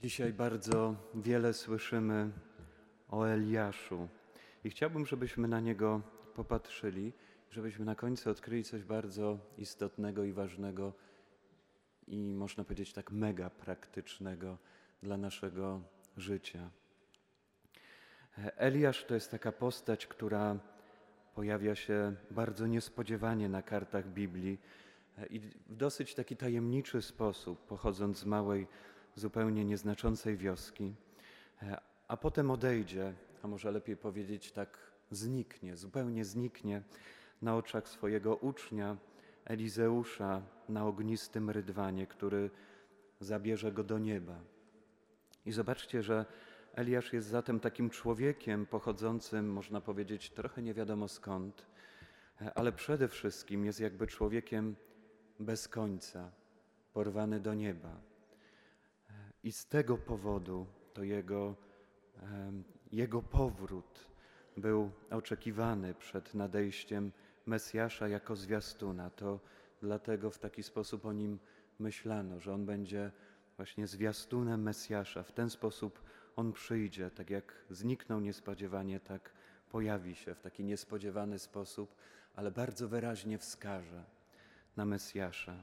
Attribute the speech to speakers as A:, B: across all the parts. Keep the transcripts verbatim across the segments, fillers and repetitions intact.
A: Dzisiaj bardzo wiele słyszymy o Eliaszu i chciałbym, żebyśmy na niego popatrzyli, żebyśmy na końcu odkryli coś bardzo istotnego i ważnego i można powiedzieć tak mega praktycznego dla naszego życia. Eliasz to jest taka postać, która pojawia się bardzo niespodziewanie na kartach Biblii i w dosyć taki tajemniczy sposób, pochodząc z małej, zupełnie nieznaczącej wioski, a potem odejdzie, a może lepiej powiedzieć tak, zniknie, zupełnie zniknie na oczach swojego ucznia Elizeusza na ognistym rydwanie, który zabierze go do nieba. I zobaczcie, że Eliasz jest zatem takim człowiekiem pochodzącym, można powiedzieć, trochę nie wiadomo skąd, ale przede wszystkim jest jakby człowiekiem bez końca, porwany do nieba. I z tego powodu to jego, jego powrót był oczekiwany przed nadejściem Mesjasza jako zwiastuna. To dlatego w taki sposób o nim myślano, że on będzie właśnie zwiastunem Mesjasza. W ten sposób on przyjdzie, tak jak zniknął niespodziewanie, tak pojawi się w taki niespodziewany sposób, ale bardzo wyraźnie wskaże na Mesjasza.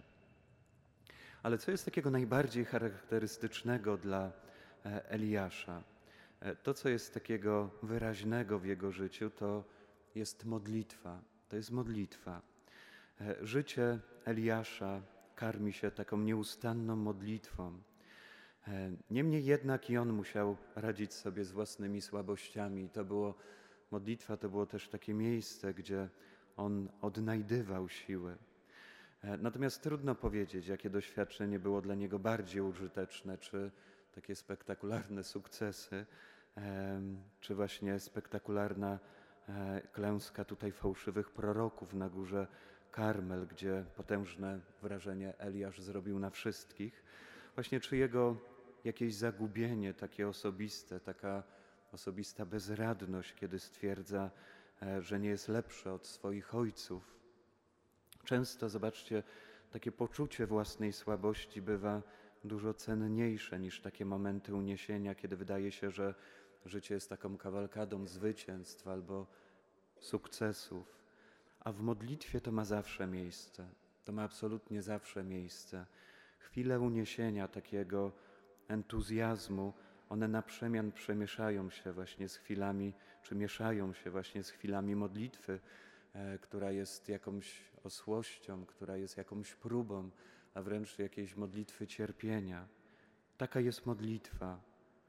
A: Ale co jest takiego najbardziej charakterystycznego dla Eliasza? To, co jest takiego wyraźnego w jego życiu, to jest modlitwa. To jest modlitwa. Życie Eliasza karmi się taką nieustanną modlitwą. Niemniej jednak i on musiał radzić sobie z własnymi słabościami. To było, modlitwa to było też takie miejsce, gdzie on odnajdywał siły. Natomiast trudno powiedzieć, jakie doświadczenie było dla niego bardziej użyteczne, czy takie spektakularne sukcesy, czy właśnie spektakularna klęska tutaj fałszywych proroków na górze Karmel, gdzie potężne wrażenie Eliasz zrobił na wszystkich. Właśnie czy jego jakieś zagubienie takie osobiste, taka osobista bezradność, kiedy stwierdza, że nie jest lepszy od swoich ojców. Często, zobaczcie, takie poczucie własnej słabości bywa dużo cenniejsze niż takie momenty uniesienia, kiedy wydaje się, że życie jest taką kawalkadą zwycięstw albo sukcesów. A w modlitwie to ma zawsze miejsce. To ma absolutnie zawsze miejsce. Chwile uniesienia, takiego entuzjazmu, one na przemian przemieszają się właśnie z chwilami, czy mieszają się właśnie z chwilami modlitwy, e, która jest jakąś osłością, która jest jakąś próbą, a wręcz jakiejś modlitwy cierpienia. Taka jest modlitwa.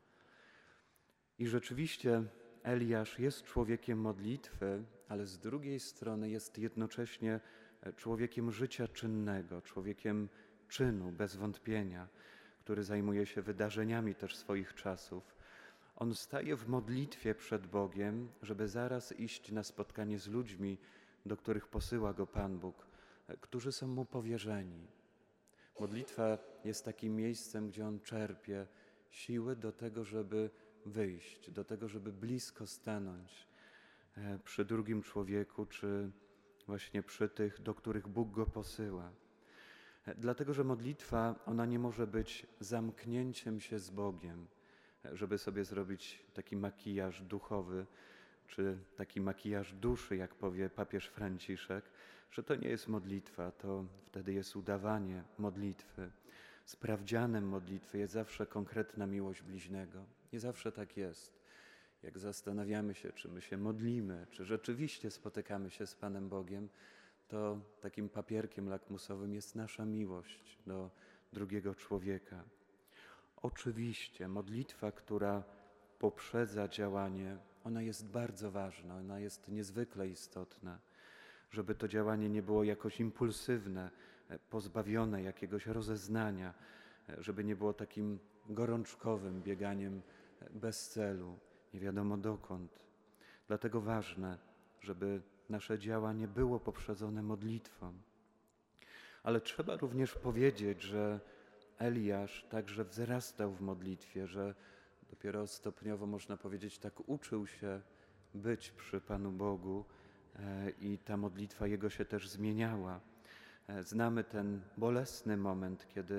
A: I rzeczywiście Eliasz jest człowiekiem modlitwy, ale z drugiej strony jest jednocześnie człowiekiem życia czynnego, człowiekiem czynu, bez wątpienia, który zajmuje się wydarzeniami też swoich czasów. On staje w modlitwie przed Bogiem, żeby zaraz iść na spotkanie z ludźmi, do których posyła go Pan Bóg, którzy są mu powierzeni. Modlitwa jest takim miejscem, gdzie on czerpie siły do tego, żeby wyjść, do tego, żeby blisko stanąć przy drugim człowieku, czy właśnie przy tych, do których Bóg go posyła. Dlatego, że modlitwa, ona nie może być zamknięciem się z Bogiem, żeby sobie zrobić taki makijaż duchowy, czy taki makijaż duszy, jak powie papież Franciszek, że to nie jest modlitwa, to wtedy jest udawanie modlitwy. Sprawdzianem modlitwy jest zawsze konkretna miłość bliźniego. Nie zawsze tak jest. Jak zastanawiamy się, czy my się modlimy, czy rzeczywiście spotykamy się z Panem Bogiem, to takim papierkiem lakmusowym jest nasza miłość do drugiego człowieka. Oczywiście modlitwa, która poprzedza działanie, ona jest bardzo ważna, ona jest niezwykle istotna, żeby to działanie nie było jakoś impulsywne, pozbawione jakiegoś rozeznania, żeby nie było takim gorączkowym bieganiem bez celu, nie wiadomo dokąd. Dlatego ważne, żeby nasze działanie było poprzedzone modlitwą. Ale trzeba również powiedzieć, że Eliasz także wzrastał w modlitwie, że dopiero stopniowo, można powiedzieć, tak uczył się być przy Panu Bogu i ta modlitwa jego się też zmieniała. Znamy ten bolesny moment, kiedy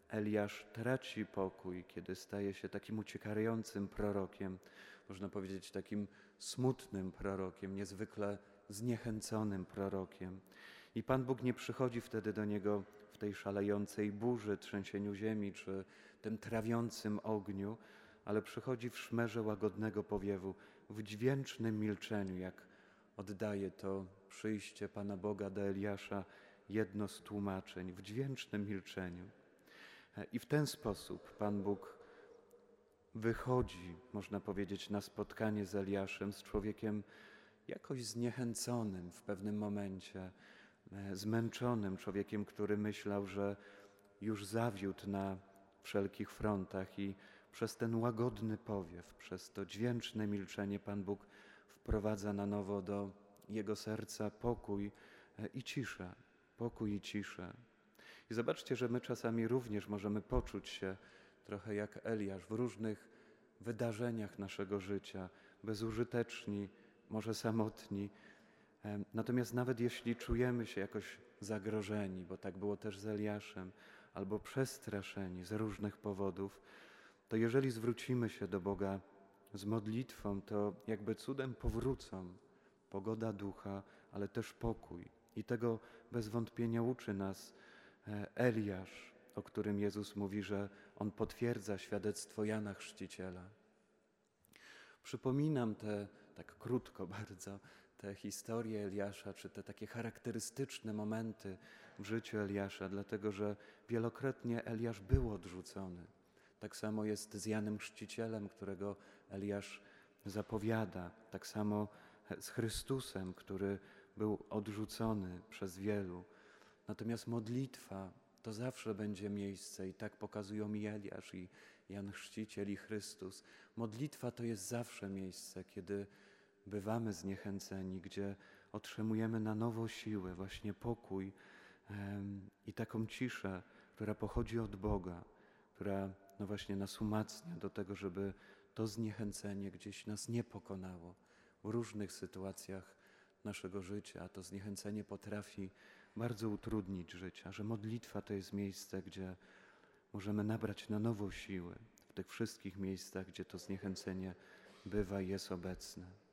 A: Eliasz traci pokój, kiedy staje się takim uciekającym prorokiem, można powiedzieć takim smutnym prorokiem, niezwykle zniechęconym prorokiem. I Pan Bóg nie przychodzi wtedy do niego w tej szalejącej burzy, trzęsieniu ziemi czy tym trawiącym ogniu, ale przychodzi w szmerze łagodnego powiewu, w dźwięcznym milczeniu, jak oddaje to przyjście Pana Boga do Eliasza jedno z tłumaczeń, w dźwięcznym milczeniu. I w ten sposób Pan Bóg wychodzi, można powiedzieć, na spotkanie z Eliaszem, z człowiekiem jakoś zniechęconym w pewnym momencie, zmęczonym człowiekiem, który myślał, że już zawiódł na wszelkich frontach i przez ten łagodny powiew, przez to dźwięczne milczenie Pan Bóg wprowadza na nowo do jego serca pokój i ciszę, pokój i ciszę. I zobaczcie, że my czasami również możemy poczuć się trochę jak Eliasz w różnych wydarzeniach naszego życia, bezużyteczni, może samotni. Natomiast nawet jeśli czujemy się jakoś zagrożeni, bo tak było też z Eliaszem, albo przestraszeni z różnych powodów, to jeżeli zwrócimy się do Boga z modlitwą, to jakby cudem powrócą pogoda ducha, ale też pokój. I tego bez wątpienia uczy nas Eliasz, o którym Jezus mówi, że on potwierdza świadectwo Jana Chrzciciela. Przypominam te, tak krótko bardzo, te historie Eliasza, czy te takie charakterystyczne momenty w życiu Eliasza, dlatego że wielokrotnie Eliasz był odrzucony. Tak samo jest z Janem Chrzcicielem, którego Eliasz zapowiada. Tak samo z Chrystusem, który był odrzucony przez wielu. Natomiast modlitwa to zawsze będzie miejsce, i tak pokazują mi Eliasz, i Jan Chrzciciel, i Chrystus. Modlitwa to jest zawsze miejsce, kiedy bywamy zniechęceni, gdzie otrzymujemy na nowo siłę, właśnie pokój em, i taką ciszę, która pochodzi od Boga, która no właśnie nas umacnia do tego, żeby to zniechęcenie gdzieś nas nie pokonało w różnych sytuacjach naszego życia, a to zniechęcenie potrafi bardzo utrudnić życie, że modlitwa to jest miejsce, gdzie możemy nabrać na nowo siły w tych wszystkich miejscach, gdzie to zniechęcenie bywa i jest obecne.